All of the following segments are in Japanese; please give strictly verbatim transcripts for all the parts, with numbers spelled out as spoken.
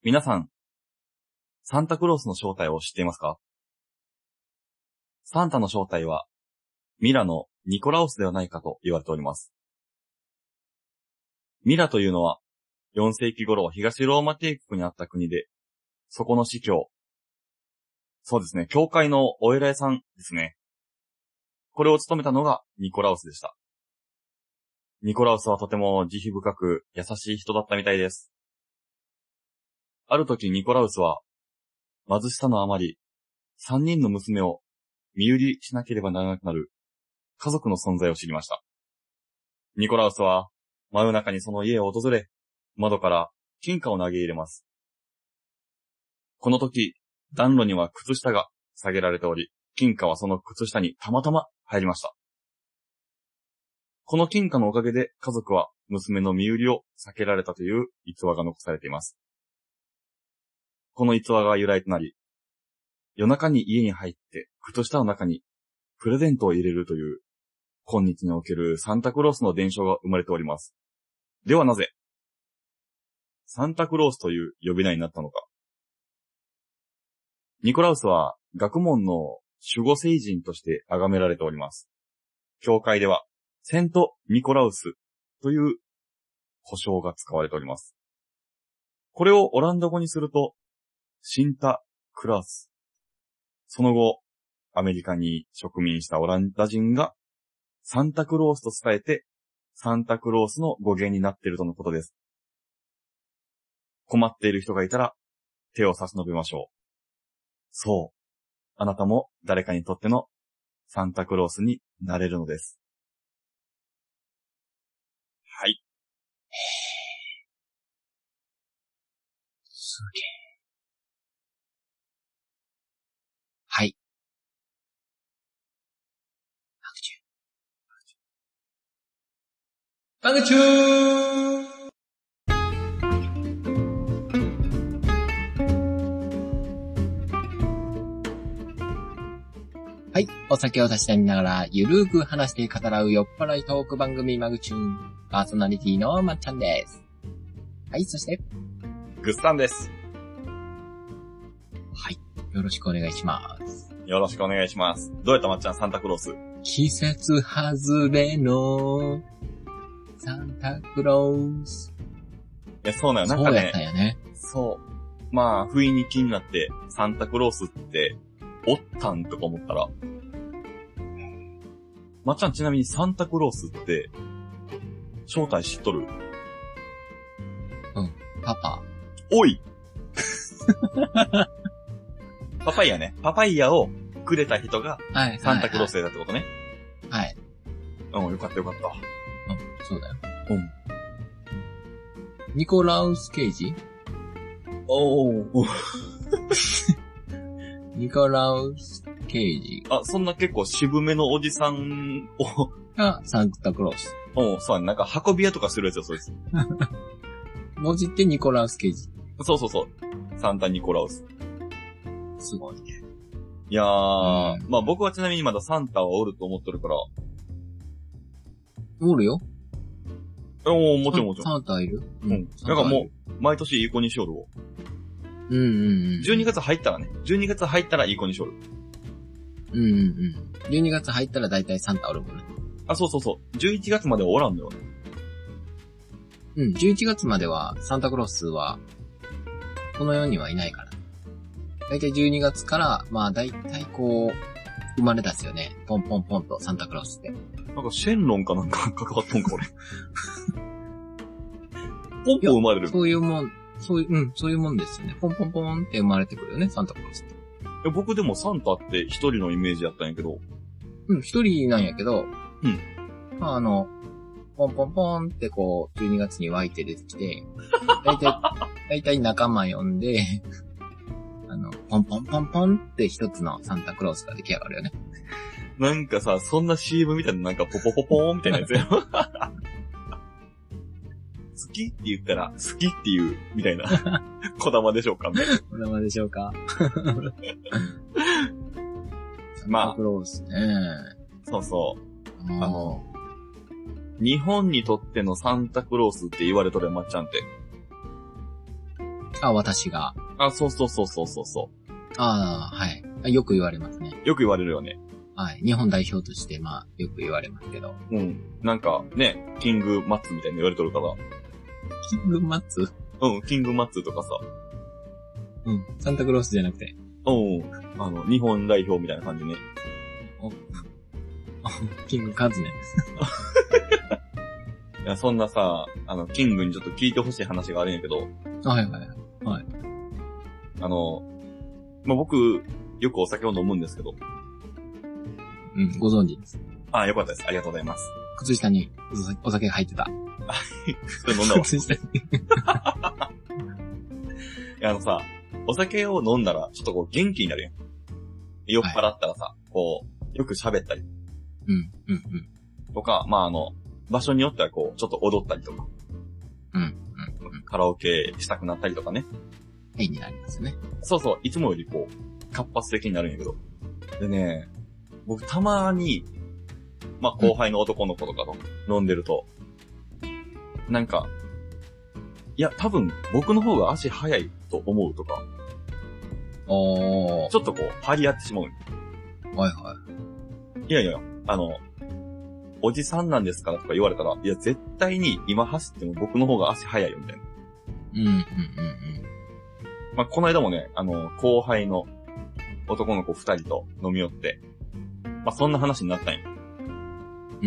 皆さん、サンタクロースの正体を知っていますか？サンタの正体は、ミラのニコラウスではないかと言われております。ミラというのは、よんせいき頃東ローマ帝国にあった国で、そこの司教。そうですね、教会のお偉いさんですね。これを務めたのがニコラウスでした。ニコラウスはとても慈悲深く優しい人だったみたいです。ある時ニコラウスは、貧しさのあまり、さんにんの娘を身売りしなければならなくなる家族の存在を知りました。ニコラウスは真夜中にその家を訪れ、窓から金貨を投げ入れます。この時、暖炉には靴下が下げられており、金貨はその靴下にたまたま入りました。この金貨のおかげで家族は娘の身売りを避けられたという逸話が残されています。この逸話が由来となり、夜中に家に入って靴下の中にプレゼントを入れるという今日におけるサンタクロースの伝承が生まれております。ではなぜサンタクロースという呼び名になったのか。ニコラウスは学問の守護聖人として崇められております。教会ではセント・ニコラウスという呼称が使われております。これをオランダ語にするとシンタ・クラウス。その後、アメリカに植民したオランダ人がサンタクロースと伝えてサンタクロースの語源になっているとのことです。困っている人がいたら手を差し伸べましょう。そう。あなたも誰かにとってのサンタクロースになれるのです。はい。 すげえ。はい。マグチューはい。お酒をたしなみながら、ゆるーく話して語らう酔っ払いトーク番組マグチューン。パーソナリティのまっちゃんです。はい、そして。 グッサンです。 はい。よろしくお願いします。 よろしくお願いします。どうやったまっちゃん、サンタクロース？ 季節外れのサンタクロース。 いや、そうなよ。なんかそうやねったんやね。 そう。まあ、不意に気になって、サンタクロースって、おったんとか思ったら。まっちゃんちなみにサンタクロースって、正体知っとる？ うん。パパ。 おいパパイヤね。パパイヤをくれた人が、 はい。 サンタクロースだってことね。 はい。 うん、よかったよかった。 うん、そうだよ。 うん。 ニコラウス・ケイジ？ おー。 ニコラウス・ケイジあ、そんな結構渋めのおじさんを、 がサンタクロース。 おう、そうなんか運び屋とかするやつよ、そいつ。 文字ってニコラウス・ケイジ。 そうそうそう。サンタニコラウス。 すごいね。 いやー、 うん、 まあ僕はちなみにまだサンタはおると思ってるから。 おるよ。 おー、もちろんもちろん。 サンタいる？ うん。なんかもう、毎年いい子にしおるわ。 うんうんうん。 じゅうにがつ入ったらね。じゅうにがつ入ったらいい子にしおる。 うんうんうん。じゅうにがつ入ったらだいたいサンタおるもんね。あ、 そうそうそう。じゅういちがつまではおらんのよね。 うん、じゅういちがつまではサンタクロースは、この世にはいないから。だいたいじゅうにがつから、まあだいたいこう、生まれ出すよね。ポンポンポンとサンタクロースって。 なんかシェンロンかなんか関わっとんか、俺。ポンポン生まれる。 そういうもん、そういう、うん、そういうもんですよね。ポンポンポンって生まれてくるよね、サンタクロースって。 いや僕でもサンタって一人のイメージやったんやけど。 うん、一人なんやけど、 うん。 まああの、ポンポンポンってこう、じゅうにがつに湧いて出てきて、だいたい、だいたい仲間呼んで、あの、ポンポンポンポンって一つのサンタクロースが出来上がるよね。 なんかさ、そんな シーエム みたいななんかポポポポーンみたいなやつやろ。好きって言ったら、好きっていう、みたいな。小玉でしょうかみたいな。 小玉でしょうかまあ。 サンタクロースね。 そうそう。あの、日本にとってのサンタクロースって言われとるよ、まっちゃんって。 あ、私が。 あ、そうそうそうそうそうそああ、はい。よく言われますね。 う。よく言われるよね。 はい。日本代表として、まあ、よく言われますけど。 うん。なんか、ね、キングマッツみたいに言われとるから。 キングマッツ？ うん、キングマッツとかさ。 うん。サンタクロースじゃなくて。 うん。あの、日本代表みたいな感じね。 キングカズね。 いや、そんなさ、あの、キングにちょっと聞いてほしい話があるんやけど。 はいはいはい。 あの、まあ、僕、よくお酒を飲むんですけど。 うん、ご存知です。 ああ、よかったです。ありがとうございます。 靴下にお酒が入ってた。 それ飲んだわ。 靴下に。 いや、あのさ、お酒を飲んだら、ちょっとこう元気になるやん。酔っ払ったらさ、はい、こう、よく喋ったり。 うん、うん、うん。 とか、まあ、あの、場所によってはこう、ちょっと踊ったりとか。 うん、うん、うん。 カラオケしたくなったりとかね。 はい、になりますね。 そうそう、いつもよりこう、活発的になるんやけど。でね、僕たまに、まあ、後輩の男の子とかと飲んでると、うん、なんか、いや、多分僕の方が足早いと思うとか、 おー。 ちょっとこう、張り合ってしまう。 はいはい。 いやいや、あの、おじさんなんですからとか言われたら、いや、絶対に今走っても僕の方が足早いよ、みたいな。 うん、うん、うん、うん。 まあ、この間もね、あの、後輩の男の子二人と飲み寄って、まあ、そんな話になったんよ。 うん、うん、うん。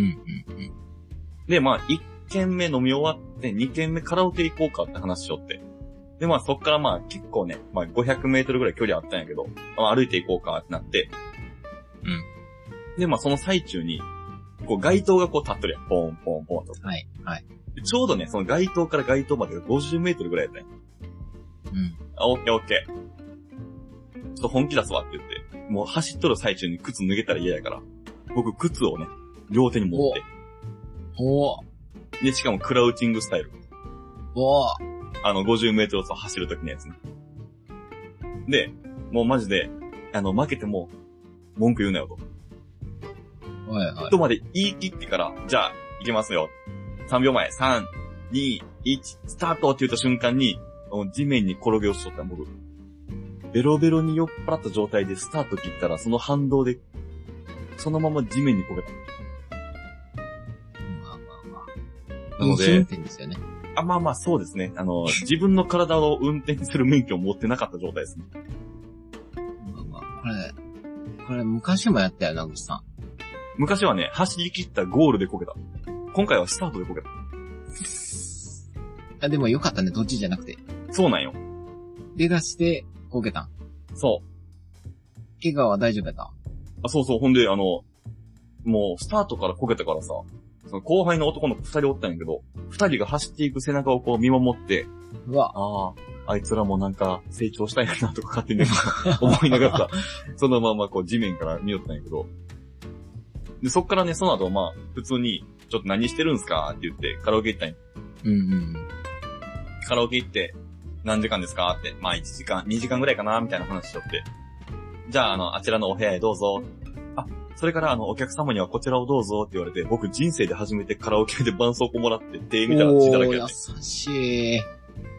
で、まあ、一軒目飲み終わって、二軒目カラオケ行こうかって話しよって。で、まあ、そっからまあ、結構ね、まあ、ごひゃくメートルぐらい距離あったんやけど、まあ、歩いて行こうかってなって。 うん。 で、まあ、その最中に、こう、街灯がこう立っとるやん。ポンポンポンと。 はい、はい。 ちょうどね、その街灯から街灯までがごじゅうメートルぐらいやったんや。 うん。 あ、オッケーオッケー。ちょっと本気出すわって言って、もう走っとる最中に靴脱げたら嫌やから、僕靴をね、両手に持って。 おー。 で、しかもクラウチングスタイル。 おー。 あの、ごじゅうメートル走るときのやつね。で、もうマジで、あの、負けても、文句言うなよと。 はいはい。 とまで言い切ってから、じゃあ、行きますよ。さんびょうまえ、さん、に、いち、スタートって言った瞬間に、地面に転げ落ちとったん、僕。ベロベロに酔っ払った状態でスタート切ったら、その反動で、そのまま地面にこけた。 まあまあまあ。 なので、 飲酒運転ですよね。 あ、まあまあそうですね。あの、自分の体を運転する免許を持ってなかった状態ですね。 まあまあ、これ、これ昔もやったよ、なぐさん。 昔はね、走り切ったゴールでこけた。今回はスタートでこけた。 あ、でもよかったね、どっちじゃなくて。 そうなんよ。 出だして、こけたん。 そう。 怪我は大丈夫やった？ あ、そうそう。ほんで、あの、もう、スタートからこけたからさ、その後輩の男の子二人おったんやけど、二人が走っていく背中をこう見守って、 うわ、 ああ、あいつらもなんか成長したいなとか勝手に思いながらさ、そのままこう地面から見よったんやけど、で、そっからね、その後まあ、普通に、ちょっと何してるんすかって言ってカラオケ行ったんや。 うんうん。 カラオケ行って、何時間ですかって、まあいちじかん、にじかんぐらいかなみたいな話しとって。じゃあ、あの、あちらのお部屋へどうぞ。あ、それからあの、お客様にはこちらをどうぞって言われて、僕人生で初めてカラオケで絆創膏もらって手見たら血だらけやって。 優しい。優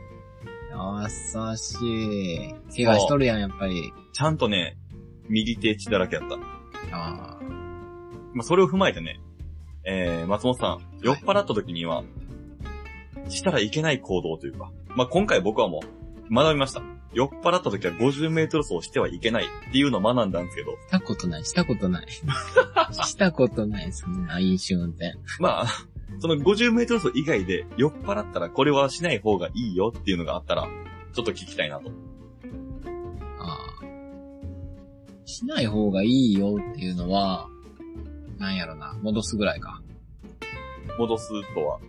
しい。怪我しとるやん、やっぱり。 ちゃんとね、右手血だらけやった。 ああ。 まあ、それを踏まえてね、えー、松本さん、酔っ払った時には、したらいけない行動というか、まあ、今回僕はもう、学びました。酔っ払った時はごじゅうメートル走してはいけないっていうのを学んだんですけど。 したことない、したことない。したことない、そんな飲酒運転。 まあ、そのごじゅうメートル走以外で酔っ払ったらこれはしない方がいいよっていうのがあったら、ちょっと聞きたいなと。 ああ。しない方がいいよっていうのは、なんやろな、戻すぐらいか。 戻すとは。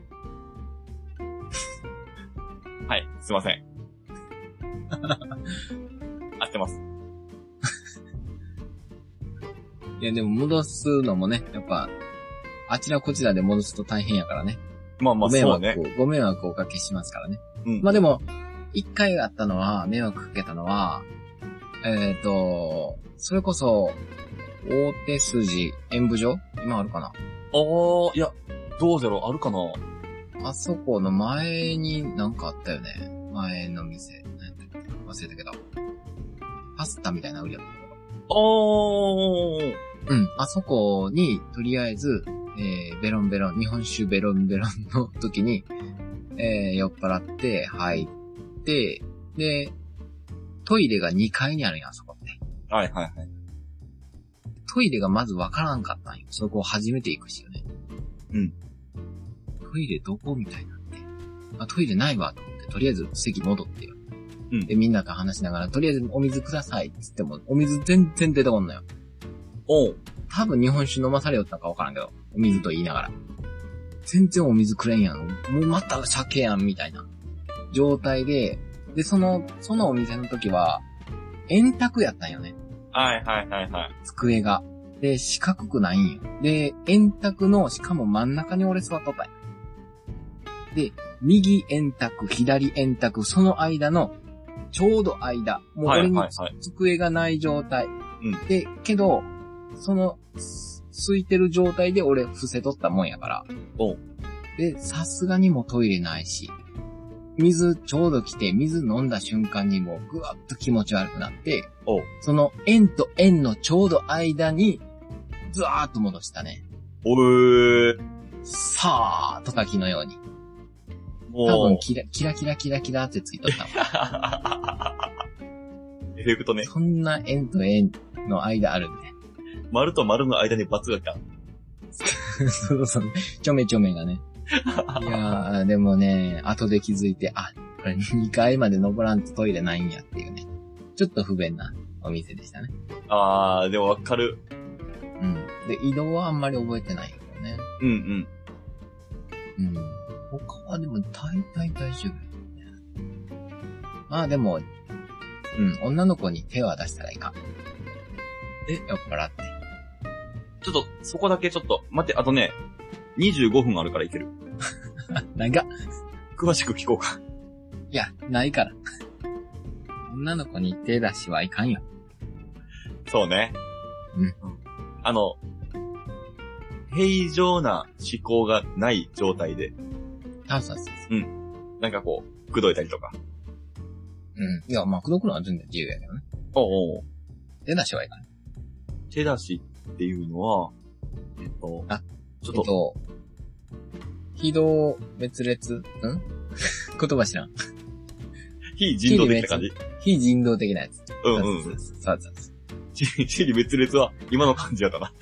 はい、すいません。合ってます。 いやでも戻すのもね、やっぱ、あちらこちらで戻すと大変やからね。 まあまあそうね。 ご迷惑を、ご迷惑をおかけしますからね。 うん。 まあでも、一回あったのは、迷惑かけたのは、えっと、それこそ、大手筋演舞場今あるかな？ ああ、いや、どうじゃろう、あるかな？ あそこの前になんかあったよね。 前の店。何やったっけ忘れたけど。パスタみたいな売りやったところ。 おー。 うん。あそこに、とりあえず、えー、ベロンベロン、日本酒ベロンベロンの時に、えー、酔っ払って入って、で、トイレがにかいにあるんや、あそこって。 はいはいはい。 トイレがまずわからんかったんよ。そこを初めて行くしよね。 うん。 トイレどこみたいになって。あ、トイレないわと思って、とりあえず席戻ってよ。 うん。 で、みんなと話しながら、とりあえずお水くださいって言っても、お水全然出てこんのよ。 おう。 多分日本酒飲まされよったかわからんけど、お水と言いながら。全然お水くれんやん。もうまた酒やん、みたいな状態で、で、その、そのお店の時は、円卓やったんよね。 はいはいはいはい。 机が。で、四角くないんよ。で、円卓の、しかも真ん中に俺座っとったんよ。で、右円卓、左円卓、その間の、ちょうど間。もう俺に机がない状態。 うん。 で、けど、その、空いてる状態で俺伏せとったもんやから。 おう。 で、さすがにもトイレないし、水ちょうど来て、水飲んだ瞬間にもうぐわっと気持ち悪くなって、 おう。 その円と円のちょうど間に、ずわーっと戻したね。 おー。 さー、とかきのように。 もう。 多分キラ、キラキラキラキラってついとったわ。 エフェクトね。 そんな円と円の間あるんで。 丸と丸の間にバツが来た。 そうそう。ちょめちょめがね。いやー、でもね、後で気づいて、あ、これにかいまで登らんとトイレないんやっていうね。ちょっと不便なお店でしたね。 あー、でもわかる。 うん。で、移動はあんまり覚えてないよね。 うんうん。 うん。他はでも大体大丈夫、ね。まあでも、うん、女の子に手は出したらいかん。 え、 酔っ払って。 ちょっと、そこだけちょっと、待って、あとね、にじゅうごふんあるからいける。 長っ。 詳しく聞こうか。 いや、ないから。女の子に手出しはいかんよ。 そうね。 うん。 あの、平常な思考がない状態で。 あ、そうそうそう。 うん。なんかこう、口説いたりとか。 うん。いや、まあ、口説くのは全然自由やけどね。 おうおう。 手出しはいかん。 手出しっていうのは、えっと、 あ、 ちょっと、 えっと、非道滅裂ん言葉知らん。 非人道的な感じ。 非人道的なやつ。 うんうん。 そうそうそう。 地理滅裂は今の感じやったな。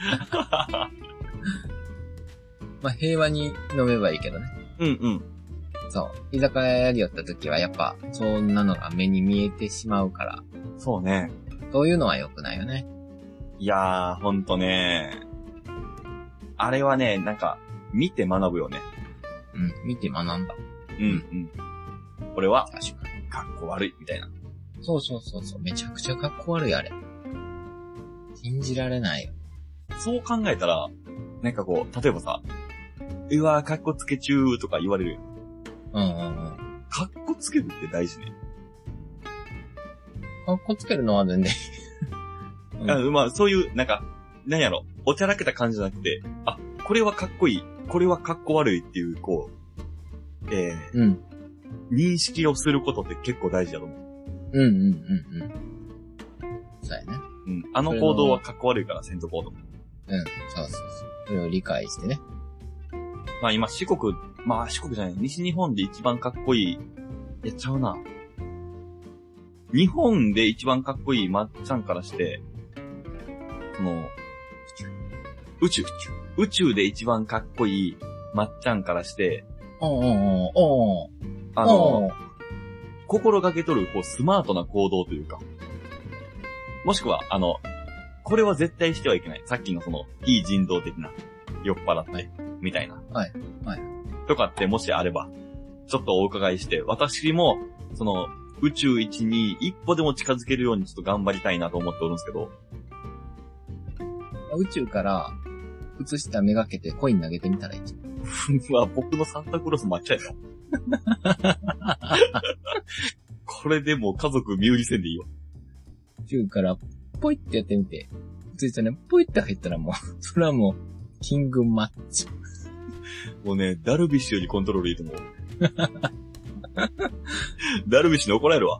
まあ、平和に飲めばいいけどね。 うんうん。 そう。居酒屋やりよった時はやっぱ、そんなのが目に見えてしまうから。 そうね。 そういうのは良くないよね。 いやー、ほんとね。あれはね、なんか、見て学ぶよね。 うん、見て学んだ。 うんうん。俺は、 確かに。 かっこ悪い、みたいな。 そうそうそうそう。めちゃくちゃかっこ悪い、あれ。信じられないよ。 そう考えたら、なんかこう、例えばさ、うわー、かっこつけちゅーとか言われるよ。 うんうんうん。 かっこつけるって大事ね。 かっこつけるのは全然、 うん、あまあ、そういう、なんか、なんやろ、おちゃらけた感じじゃなくて、あ、これはかっこいい、これはかっこ悪いっていう、こう、えー、 うん。 認識をすることって結構大事だと思う。 うんうんうんうん。そうやね。 うん。あの行動はかっこ悪いからせんとこうと思う。 うん。そうそうそう。それを理解してね。 まあ今四国、まあ四国じゃない、西日本で一番かっこいい、やっちゃうな。日本で一番かっこいいまっちゃんからして、その、宇宙、宇宙で一番かっこいいまっちゃんからして、 おーおーおーおーあの、心がけとる、こう、スマートな行動というか、もしくは、あの、これは絶対してはいけない。さっきのその、非人道的な、酔っ払って、はい、みたいな。 はい。はい。 とかってもしあれば、ちょっとお伺いして、私も、その、宇宙一に一歩でも近づけるようにちょっと頑張りたいなと思っておるんですけど。 宇宙から映しためがけてコイン投げてみたらいいじゃん。まあ僕のサンタクロース抹茶やな。これでもう家族身売りせんでいいわ。 宇宙からポイってやってみて、映したね、ポイって入ったらもう、それはもう、キングマッチ。 もうね、ダルビッシュよりコントロールいいと思う。 ダルビッシュに怒られるわ。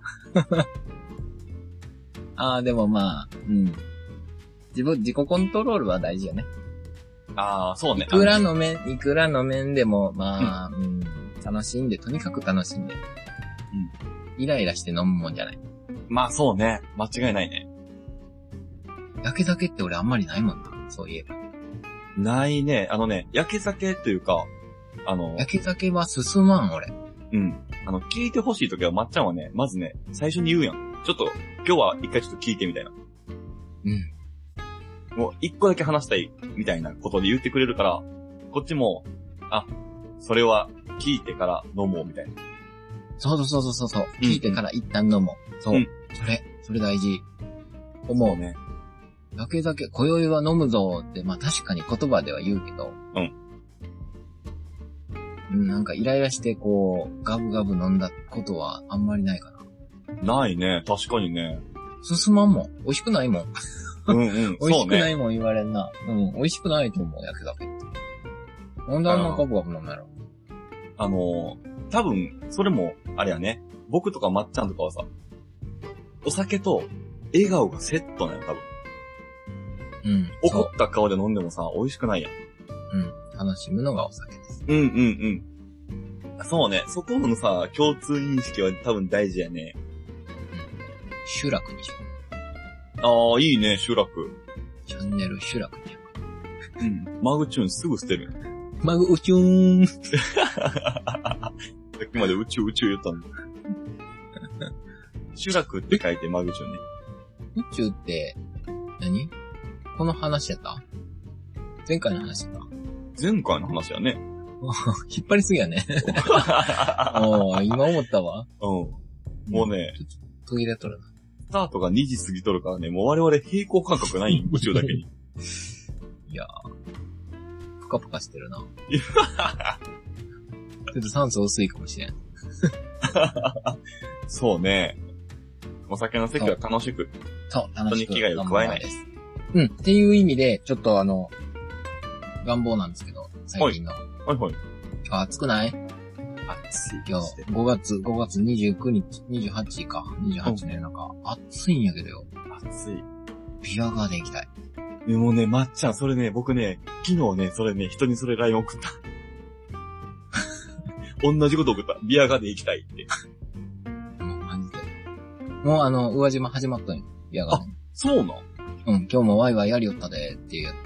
ああ、でもまあ、うん。自分、自己コントロールは大事よね。 ああ、そうね。 いくらの面、いくらの面でも、まあ、うん、うん、楽しんで、とにかく楽しんで。うん。イライラして飲むもんじゃない。 まあそうね。間違いないね。 焼け酒って俺あんまりないもんな。そういえば。 ないね。あのね、焼け酒というか、あの、 焼け酒は進まん、俺。 うん。あの、聞いてほしいときは、まっちゃんはね、まずね、最初に言うやん。ちょっと、今日は一回ちょっと聞いてみたいな。 うん。 もう、一個だけ話したい、みたいなことで言ってくれるから、こっちも、あ、それは聞いてから飲もう、みたいな。 そうそうそうそうそう。 うん、 聞いてから一旦飲もう。そう。うん、それ、それ大事。思うね。焼け酒、今宵は飲むぞって、まあ確かに言葉では言うけど。うん。うん、なんかイライラしてこう、ガブガブ飲んだことはあんまりないかな。ないね、確かにね。 進まんもん。美味しくないもん。 うんうん。 美味しくないもん言われんな。うん、美味しくないと思う、焼け酒って。なんであんなガブガブ飲むやろ。 あのー、多分、それも、あれやね。僕とかまっちゃんとかはさ、お酒と笑顔がセットなの、多分。うん。怒った顔で飲んでもさ、美味しくないやん。 うん。楽しむのがお酒です。 うんうんうん。そうね。そこのさ、共通認識は多分大事やね。 うん。集落にしよう。ああ、いいね、集落。 チャンネル集落にしよう。うん。マグチューンすぐ捨てる。 マグチューン。 さっきまで宇宙宇宙言ったの。集落って書いてマグチューンね。 宇宙って、何？この話やった前回の話やった前回の話やね。 引っ張りすぎやね。おー、今思ったわ。 うん。もうね、 途切れとるな。 スタートがにじ過ぎとるからね、もう我々平行感覚ない宇宙だけに。 いやー、ぷかぷかしてるな。ちょっと酸素薄いかもしれん。 そうね。お酒の席は楽しく。 そう、楽しく。 人に危害を加えない。 です。うん。っていう意味で、ちょっとあの、願望なんですけど、最近の。 はいはい。 今日暑くない？暑い。今日、ごがつ、ごがつにじゅうくにち、にじゅうはちか。にじゅうはちねんなんか、暑いんやけどよ。 暑い。 ビアガーデン行きたい。 でもね、まっちゃん、それね、僕ね、昨日ね、それね、人にそれライン送った。同じこと送った。ビアガーデン行きたいって。 もうマジで。もうあの、宇和島始まったんよ。ビアガーデン。 あ、そうなん？ うん、今日もワイワイやりよったで、って言って。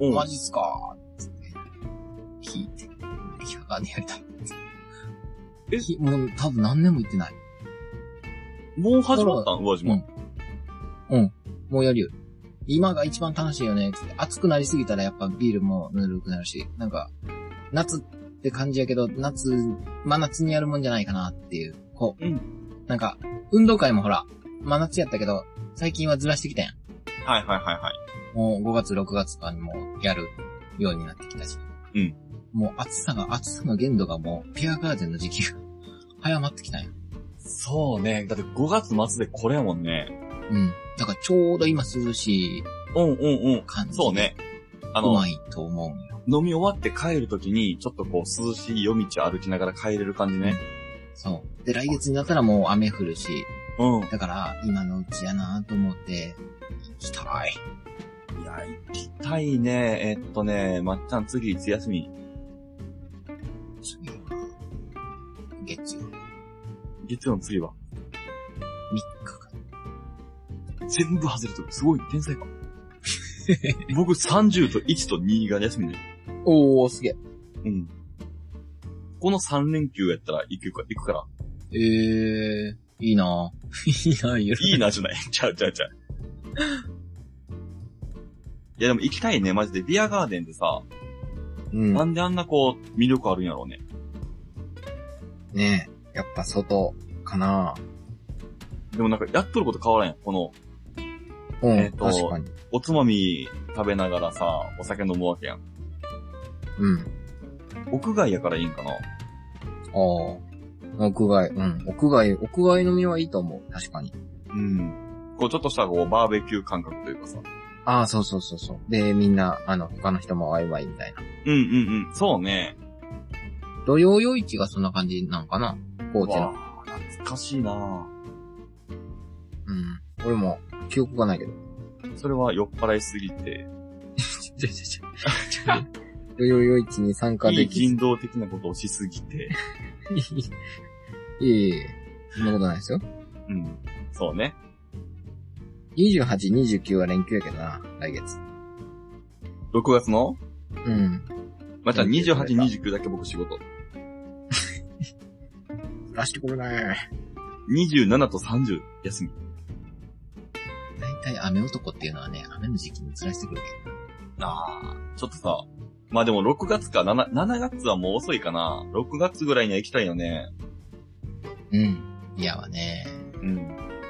マジっすかーつって。聞いて。ビアガーデンやりたい。えもう多分何年も行ってない。 もう始まったん宇和島。 うん。うん。もうやるよ。今が一番楽しいよね。つって。暑くなりすぎたらやっぱビールもぬるくなるし。なんか、夏って感じやけど、夏、真夏にやるもんじゃないかなっていう。こう。うん。なんか、運動会もほら、真夏やったけど、最近はずらしてきたやん。 はいはいはいはい。 もうごがつ、ろくがつとかにもやるようになってきたし。 うん。 もう暑さが、暑さの限度がもう、ビアガーデンの時期が早まってきたんや。 そうね。だってごがつ末でこれやもんね。 うん。だからちょうど今涼しい。 うんうんうん。 感じ。 そうね。 あの、うまいと思うんよ。 飲み終わって帰るときに、ちょっとこう涼しい夜道歩きながら帰れる感じね。 そう。で、来月になったらもう雨降るし。 うん。 だから、今のうちやなと思って、行きたい。 いや、行きたいね。えっとね、まっちゃん次いつ休み？ 次は、月曜。 月曜の次はみっかか。 全部外れとる。すごい、天才か。僕さんじゅうといちとにが休みで。 おー、すげえ。 うん。このさん連休やったら行くか、行くから。 えー、いいなぁ。いいなぁ、言う。 いいなじゃない。ちゃうちゃうちゃう。いやでも行きたいね、マジで。ビアガーデンでさ、うん、なんであんなこう、魅力あるんやろうね。 ねえ、やっぱ外かな。 でもなんかやっとること変わらんやん。この、 うん、えっと、確かに。 おつまみ食べながらさ、お酒飲むわけやん。 うん。 屋外やからいいんかな。ああ。屋外、うん。屋外、屋外飲みはいいと思う。確かに。 うん。こうちょっとしたこう、バーベキュー感覚というかさ。 ああ、そうそうそうそう。で、みんな、あの、他の人もワイワイみたいな。 うんうんうん。そうね。 土曜夜市がそんな感じなんかな高知の。 懐かしいなぁ。 うん。俺も、記憶がないけど。 それは酔っ払いすぎて。 ちょちょちょ。よよよいちに参加できいい人道的なことをしすぎて。 いえいえ、そんなことないですよ。 うん。そうね。 にじゅうはち、にじゅうきゅうは連休やけどな、来月。 ろくがつのうん。 またにじゅうはち、にじゅうきゅうだけ僕仕事。 出してくるね。 にじゅうななとさんじゅう休み。 だいたい雨男っていうのはね、雨の時期にずらしてくるけど。ああ、ちょっとさ、まあでもろくがつか、しち、しちがつはもう遅いかな。ろくがつぐらいには行きたいよね。 うん。いやわね。 うん。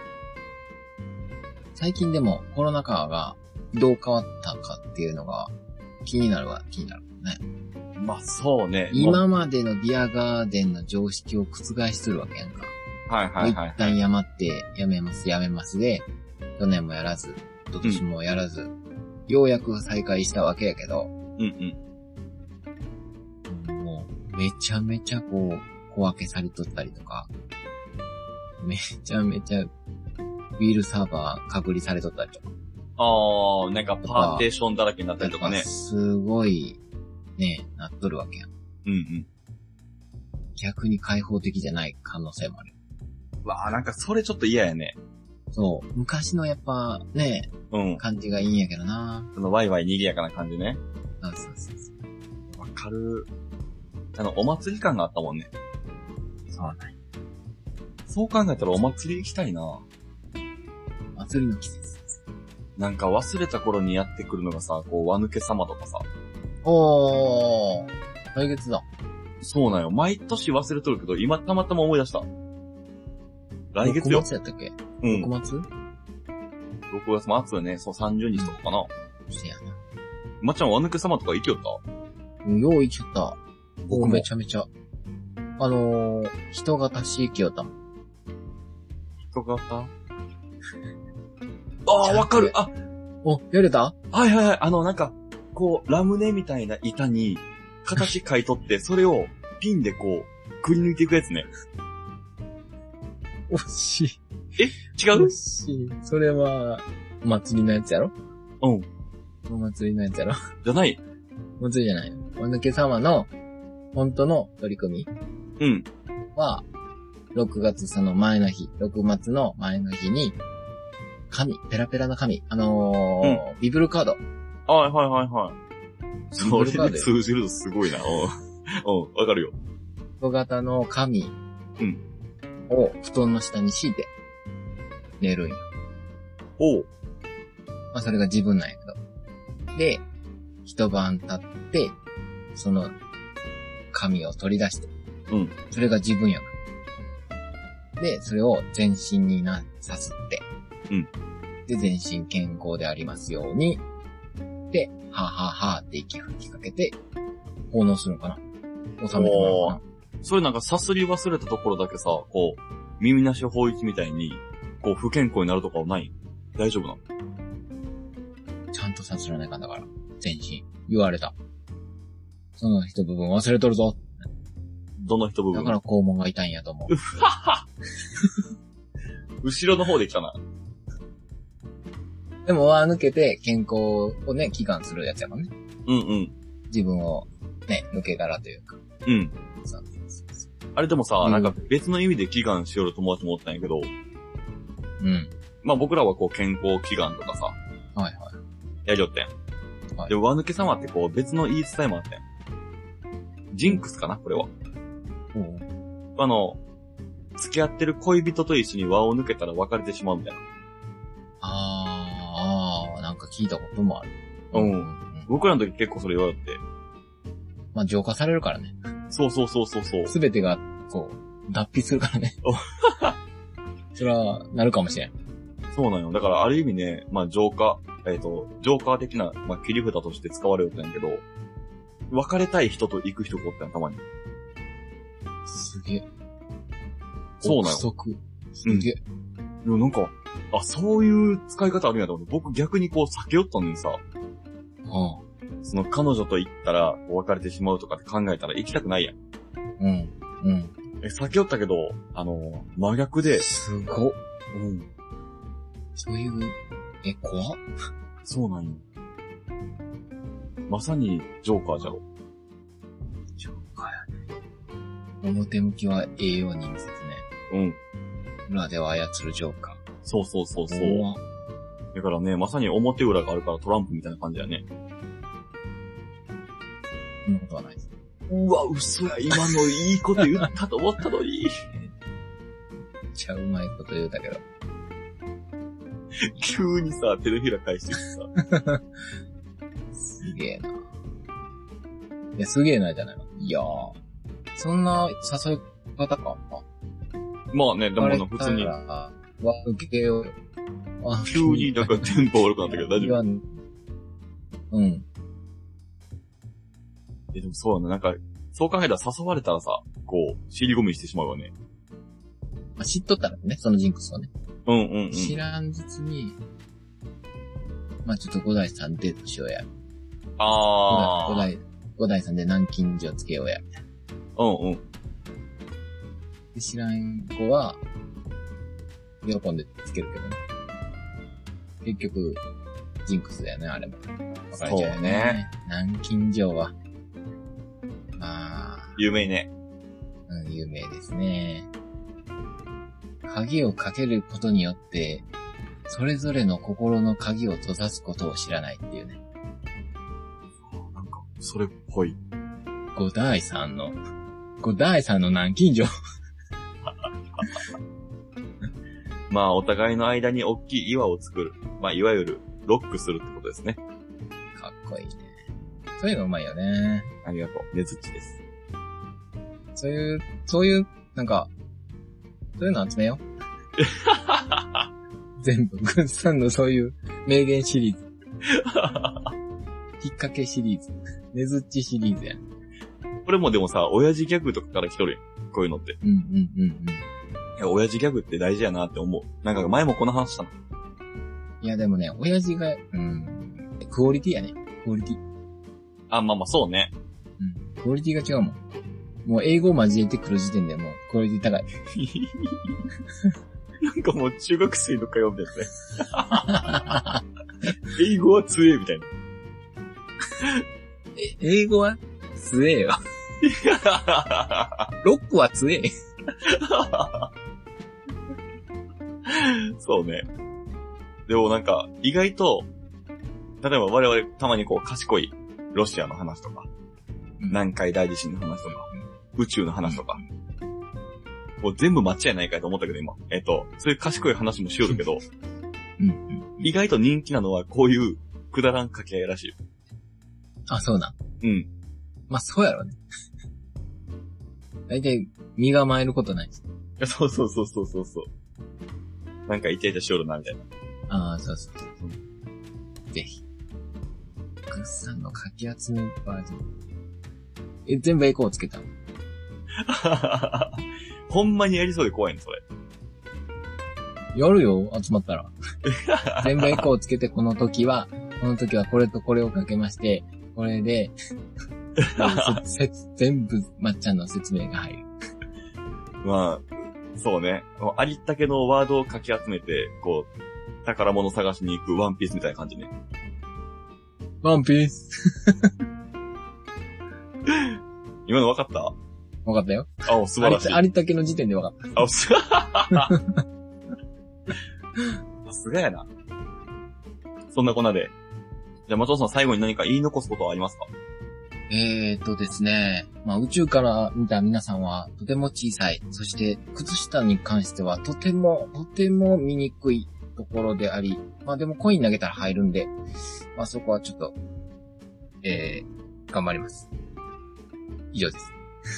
最近でもコロナ禍がどう変わったかっていうのが気になるは気になるね。 まあそうね。 今までのビアガーデンの常識を覆しとるわけやんか。 はいはいはい、はい。 一旦やまってやめますやめますで、去年もやらず、今年もやらず、うん、ようやく再開したわけやけど。 うんうん。もうめちゃめちゃこう小分けされとったりとか、めちゃめちゃビールサーバー隔離されとったりとか。 ああ、なんかパーテーションだらけになったりとかね。 すごい、ね、なっとるわけやん。 うんうん。 逆に開放的じゃない可能性もある。 わあ、なんかそれちょっと嫌やね。 そう。昔のやっぱね、うん。感じがいいんやけどな。 そのワイワイ賑やかな感じね。 そうそうそうそう。 わかる。あの、お祭り感があったもんね。 そうなんや。 そう考えたらお祭り行きたいな。 祭りの季節。 なんか忘れた頃にやってくるのがさ、こう、輪抜け様とかさ。 おー、来月だ。 そうなんよ。毎年忘れとるけど、今たまたま思い出した。来月よ。 ろくがつやったっけ？ うん。 ろくがつ ?ろくがつ末ね、そう、さんじゅうにちとかかな。 せやな。 まっちゃん、輪抜け様とか行きよった？ よう行きよった。僕もめちゃめちゃ。あのー、人型し行きよったもん。 人型ああ、わかる。あ、 お、やれた？ はいはいはい。あの、なんか、こう、ラムネみたいな板に、形書いとって、それをピンでこう、くり抜いていくやつね。 惜しい。 え違う？ 惜しい。それは、お祭りのやつやろ？ うん。 お祭りのやつやろ？ じゃない。 お祭りじゃない。お抜け様の、本当の取り組みうん。 は、ろくがつその前の日、ろくがつの前の日に、紙、ペラペラの紙、あのーうん、ビブルカード。 はいはいはいはい。それで通じるとすごいな。うん。うん、わかるよ。 小型の紙。 うん。 を布団の下に敷いて、寝るんよ。 おう。 まあそれが自分なんやけど。で、一晩経って、その、紙を取り出して。 うん。 それが自分やから。で、それを全身にな、さすって。 うん。 で、全身健康でありますように。で、はははって息吹きかけて、奉納するのかな？収めてもらうのかな？ それなんかさすり忘れたところだけさ、こう、耳なし法一みたいに、こう、不健康になるとかはない？大丈夫なの？ ちゃんとさすらないかんだから。全身。言われた。その一部分忘れとるぞ。 どの一部分？ だから肛門が痛いんやと思う。 後ろの方で来たな。 でも輪抜けて健康をね、祈願するやつやもんね。 うんうん。 自分をね、抜け殻というか。 うん。 そうそうそう。 あれでもさ、うん、なんか別の意味で祈願しよる友達もおったんやけど。 うん。 まあ僕らはこう健康祈願とかさ。 はいはい。 やりよってん。はい。で、輪抜け様ってこう別の言い伝えもあってん。ジンクスかなこれは。 うん。 あの、付き合ってる恋人と一緒に輪を抜けたら別れてしまうみたいな。 あー、あー、なんか聞いたこともある。 うん。うん、僕らの時結構それ言われて。 まあ、浄化されるからね。 そうそうそうそうそう。 すべてが、こう、脱皮するからね。それは、なるかもしれん。 そうなんよ。だからある意味ね、まあ浄化、えっと、ジョーカー的な、まあ切り札として使われるんやけど、別れたい人と行く人がおったんや、たまに。 すげえ。 そうなんよ。 憶測。すげえ。 うん。いや、なんか、あ、そういう使い方あるんやと思って、僕逆にこう避けよったのにさ、 ああ。 その彼女と行ったら別れてしまうとかって考えたら行きたくないやん。 うん。うん。 え、先おったけど、あの、真逆で、 すごっ。 うん。 そういう、え、怖っ。 そうなんよ。まさに、ジョーカーじゃろ。 ジョーカーやね。表向きは栄養に見せてね。 うん。 裏では操るジョーカー。 そうそうそうそう。 怖っ。 だからね、まさに表裏があるからトランプみたいな感じだね。 そんなことはないです。 うわ、嘘や、今のいいこと言ったと思ったのに。 めっちゃうまいこと言うたけど。 急にさ、手のひら返してきてさ。 すげえな。いや、すげえなじゃないの。いやー。そんな誘い方か。 まあね、でもあの、普通に。 わ、受けようよ。 急になんかテンポ悪くなったけど大丈夫？ うん。 え、でもそうだね。なんか、そう考えたら誘われたらさ、こう、尻込みしてしまうよね。 まあ、知っとったらね、そのジンクスをね。 うんうんうん。 知らん実に、まあちょっと五代さんデートしようや。 あー。 五代、五代さんで南京錠つけようや。 うんうん。 で知らん子は、喜んでつけるけどね。結局、ジンクスだよね、あれも。分かれちゃうよね。南京錠は。まあ。 有名ね。 うん、有名ですね。鍵をかけることによって、それぞれの心の鍵を閉ざすことを知らないっていうね。 なんか、それっぽい。 五代さんの、五代さんの南京錠。 まあ、お互いの間に大きい岩を作る。まあ、いわゆる、ロックするってことですね。 かっこいいね。そういうのうまいよね。 ありがとう。ねずっちです。 そういう、そういう、なんか、そういうの集めよう。全部、グッさんのそういう名言シリーズ。引っ掛けシリーズ。ねずっちシリーズやん。 これもでもさ、親父ギャグとかから来とるやん。こういうのって。 うんうんうんうん。 いや、親父ギャグって大事やなって思う。なんか前もこの話したの。 いやでもね、親父が、うん、クオリティやね。クオリティ。 あ、まあまあそうね。 うん。クオリティが違うもん。もう英語を交えてくる時点でもうクオリティ高い。 なんかもう中学生とか読んでるね。英語は強えみたいな。 え、英語は強えよ。ロックは強え。 そうね。でもなんか、意外と、例えば我々たまにこう賢いロシアの話とか、うん、南海大地震の話とか、うん、宇宙の話とか、うん、もう全部間違いないかと思ったけど今、えっと、そういう賢い話もしよるけど、うんうん、意外と人気なのはこういうくだらん掛け合いらしい。 あ、そうなん。 うん。 まあ、そうやろね。だいたい身構えることないし。 いや、そうそうそうそうそうそう。なんかイチャイチャしよるな、みたいな。 ああ、そうそうそう。うん、ぜひ。グッさんのかき集めバージョン。え、全部エコーつけたの？ ほんまにやりそうで怖いの、それ。 やるよ、集まったら。全部エコーつけて、この時は、この時はこれとこれをかけまして、これで、全部まっちゃんの説明が入る。 まあ、そうね。ありったけのワードをかき集めて、こう、宝物探しに行くワンピースみたいな感じね。 ワンピース。 今の分かった？ 分かったよ。 あ、素晴らしい。 ありったけの時点で分かった。 あ、す、さすがやな。そんなこんなで。じゃあ、松尾さん最後に何か言い残すことはありますか？ えーとですね。まあ、宇宙から見た皆さんはとても小さい。そして、靴下に関してはとても、とても見にくいところであり。まあ、でもコイン投げたら入るんで、まあ、そこはちょっと、えー、頑張ります。以上です。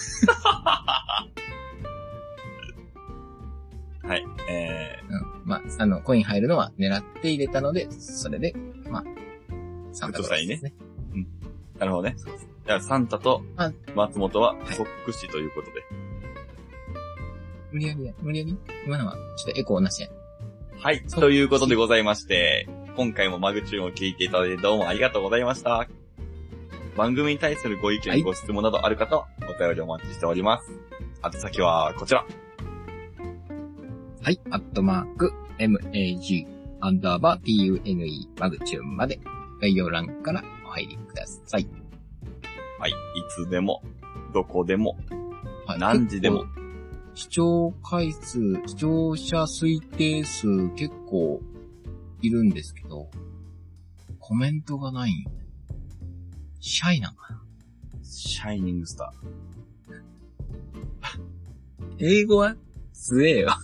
はい。えー、うん。まあ、あの、コイン入るのは狙って入れたので、それで、まあ、サンタクロースですね。ね。 うん。なるほどね。じゃあ、サンタと松本はソックスということで。 無理やりや、無理やり今のは、ちょっとエコーなしや。 はい。ということでございまして、今回もマグチューンを聞いていただいてどうもありがとうございました。番組に対するご意見、はい、ご質問などある方はお便りお待ちしております。 宛先はこちら。 はい、アットマーク、mag、アンダーバー、tune、マグチューンまで、概要欄からお入りください。 はい。いつでも、どこでも、 はい、 何時でも。 視聴回数、視聴者推定数結構いるんですけど、コメントがないんよ。シャイなんかな。 シャイニングスター。英語は強えよ。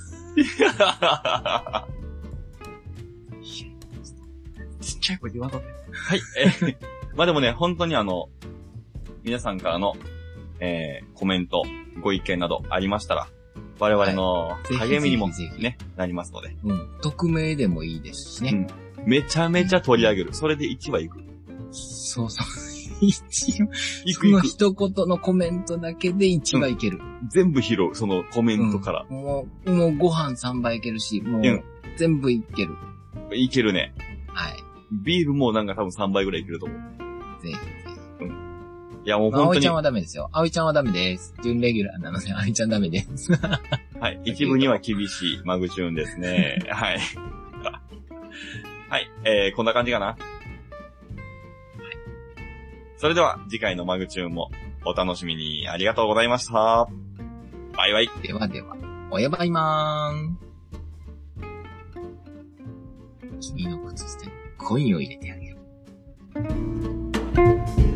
ちっちゃい声で言わんとって。 はい。えー、まあでもね、本当にあの、皆さんからの、えー、コメント、ご意見などありましたら、我々の励みにもね、はい、なりますので。 うん。匿名でもいいですしね。 うん。めちゃめちゃ取り上げる。それでいちわいく。 そうそう。いちわ。いくいく。その一言のコメントだけでいちわいける、 うん。全部拾う、そのコメントから。 うん、もう、もうご飯さんばいいけるし、もう、全部いける。 いけるね。 はい。 ビールもなんか多分さんばいぐらいいけると思う。 ぜひぜひ。 うん。いやもう本当に。 葵ちゃんはダメですよ。葵ちゃんはダメです。準レギュラーなので、葵ちゃんダメです。 はい。一部には厳しいマグチューンですね。はい。はい。えー、こんな感じかな。はい。それでは次回のマグチューンもお楽しみに。ありがとうございました。バイバイ。 ではでは、おやばいまーん。君の靴捨て、コインを入れてあげる。